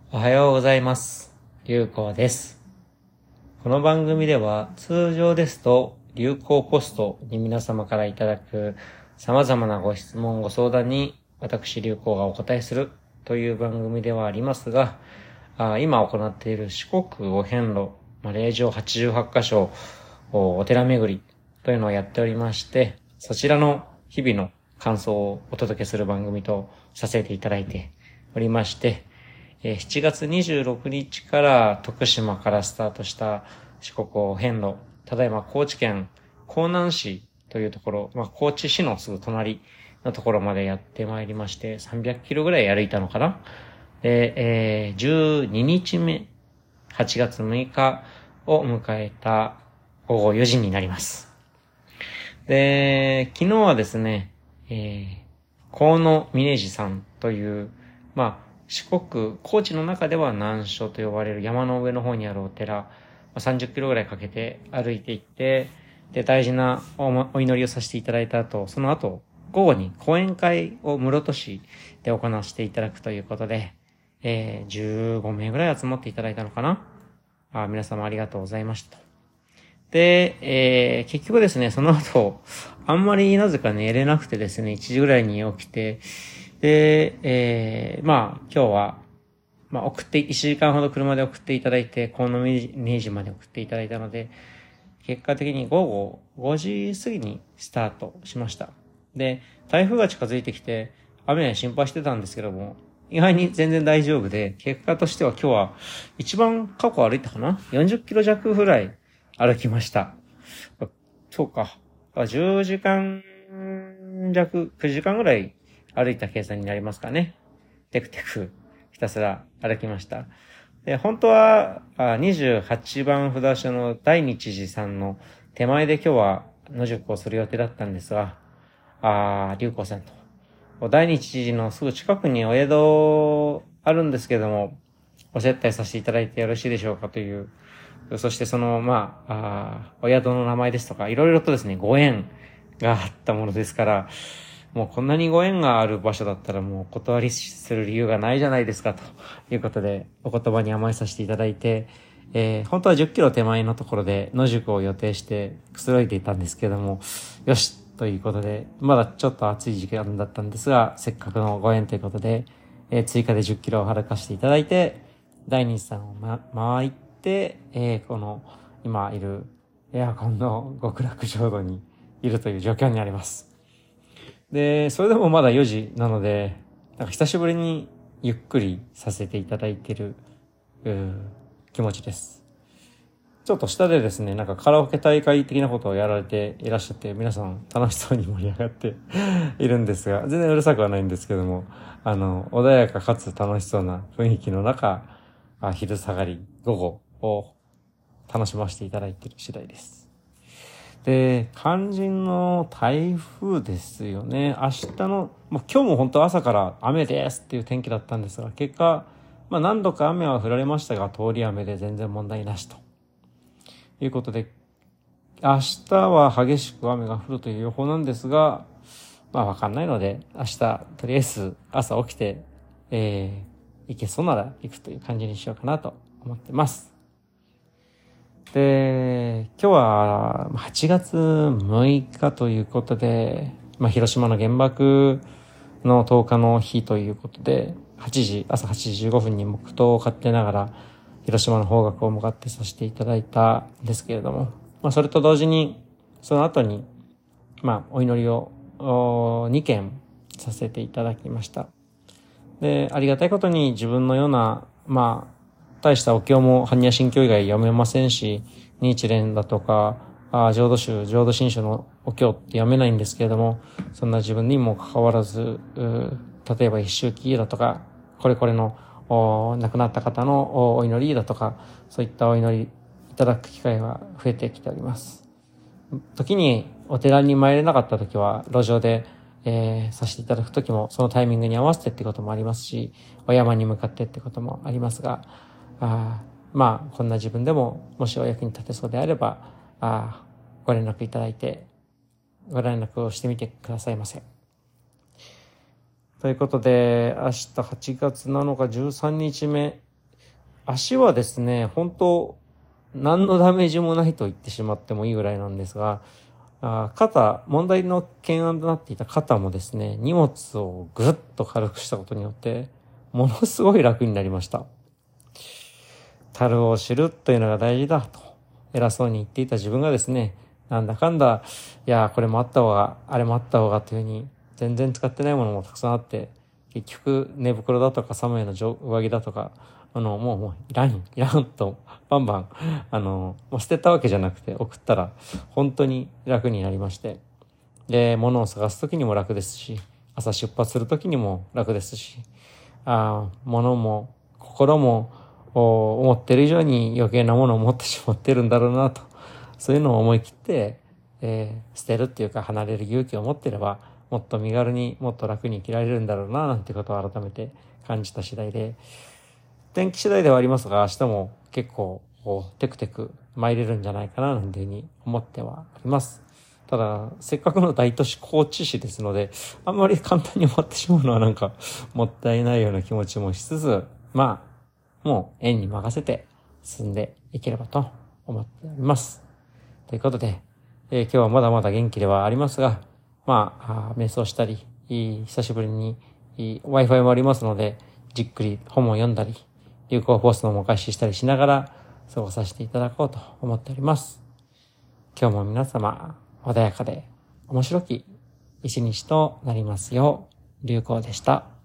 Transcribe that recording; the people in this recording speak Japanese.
おはようございます。流行です。この番組では通常ですと流行ポストに皆様からいただく様々なご質問ご相談に私流行がお答えするという番組ではありますが、今行っている四国お遍路、霊場88カ所お寺巡りというのをやっておりまして、そちらの日々の感想をお届けする番組とさせていただいておりまして、7月26日から徳島からスタートした四国お遍路、ただいま高知県香南市というところ、高知市のすぐ隣のところまでやってまいりまして、300キロぐらい歩いたのかな。で、12日目、8月6日を迎えた午後4時になります。で、昨日はですね、河野峰寺さんという、四国、高知の中では南所と呼ばれる山の上の方にあるお寺、30キロぐらいかけて歩いていって、で、大事なお祈りをさせていただいた後、その後、午後に講演会を室戸市で行わせていただくということで、15名ぐらい集まっていただいたのかな。皆様ありがとうございました。で、結局ですね、その後、あんまりなぜか寝れなくてですね、1時ぐらいに起きて、で、今日は、1時間ほど車で送っていただいて、河野明治まで送っていただいたので、結果的に午後5時過ぎにスタートしました。で、台風が近づいてきて、雨は心配してたんですけども、意外に全然大丈夫で、結果としては今日は一番過去歩いたかな ?40 キロ弱ぐらい歩きました。そうか。10時間弱、9時間ぐらい歩いた計算になりますかね。テクテクひたすら歩きました。で、本当は28番札所の大日寺さんの手前で今日は野宿をする予定だったんですが、龍子さんと。大日寺のすぐ近くにお宿あるんですけども、お接待させていただいてよろしいでしょうかという。そしてその、お宿の名前ですとか、いろいろとですね、ご縁があったものですから、もうこんなにご縁がある場所だったらもう断りする理由がないじゃないですかということでお言葉に甘えさせていただいて、本当は10キロ手前のところで野宿を予定してくつろいでいたんですけども、よしということで、まだちょっと暑い時間だったんですが、せっかくのご縁ということで、追加で10キロを歩かせていただいて、第二さんを回って、この今いるエアコンの極楽浄土にいるという状況になります。で、それでもまだ4時なので、久しぶりにゆっくりさせていただいている気持ちです。ちょっと下でですね、カラオケ大会的なことをやられていらっしゃって、皆さん楽しそうに盛り上がっているんですが、全然うるさくはないんですけども、穏やかかつ楽しそうな雰囲気の中、昼下がり、午後を楽しませていただいている次第です。で、肝心の台風ですよね。明日の、今日も本当朝から雨ですっていう天気だったんですが、結果、何度か雨は降られましたが、通り雨で全然問題なしということで、明日は激しく雨が降るという予報なんですが、わかんないので、明日、とりあえず朝起きて、行けそうなら行くという感じにしようかなと思ってます。で、今日は8月6日ということで、広島の原爆の10日の日ということで、朝8時15分に黙祷を買ってながら、広島の方角を向かってさせていただいたんですけれども、それと同時に、その後に、お祈りを2件させていただきました。で、ありがたいことに自分のような、大したお経も般若心経以外読めませんし、日蓮だとか、浄土宗、浄土真宗のお経って読めないんですけれども、そんな自分にもかかわらず、例えば一周忌だとか、これこれの亡くなった方のお祈りだとか、そういったお祈りいただく機会は増えてきております。時にお寺に参れなかった時は路上で、させていただく時もそのタイミングに合わせてってこともありますし、お山に向かってってこともありますが、こんな自分でももしお役に立てそうであれば、ご連絡いただいて、ご連絡をしてみてくださいませ。ということで、明日8月7日13日目足はですね、本当何のダメージもないと言ってしまってもいいぐらいなんですが、問題の懸案となっていた肩もですね、荷物をぐっと軽くしたことによって、ものすごい楽になりました。樽を知るというのが大事だと、偉そうに言っていた自分がですね、なんだかんだ、いや、これもあった方が、あれもあった方がというふうに、全然使ってないものもたくさんあって、結局寝袋だとか寒いの上着だとか、もういらんと、バンバン、もう捨てたわけじゃなくて送ったら、本当に楽になりまして。で、物を探すときにも楽ですし、朝出発するときにも楽ですし、物も心も思ってる以上に余計なものを持ってしまってるんだろうなと、そういうのを思い切って、捨てるっていうか離れる勇気を持ってれば、もっと身軽にもっと楽に生きられるんだろうな、なんてことを改めて感じた次第で、天気次第ではありますが、明日も結構テクテク参れるんじゃないかな、なんていうふうに思ってはあります。ただ、せっかくの大都市高知市ですので、あんまり簡単に終わってしまうのはなんかもったいないような気持ちもしつつ、もう縁に任せて進んでいければと思っております。ということで、今日はまだまだ元気ではありますが、瞑想したり、久しぶりにWi-Fi もありますので、じっくり本を読んだり、流行ポストもお返ししたりしながら過ごさせていただこうと思っております。今日も皆様、穏やかで面白き一日となりますよう、流行でした。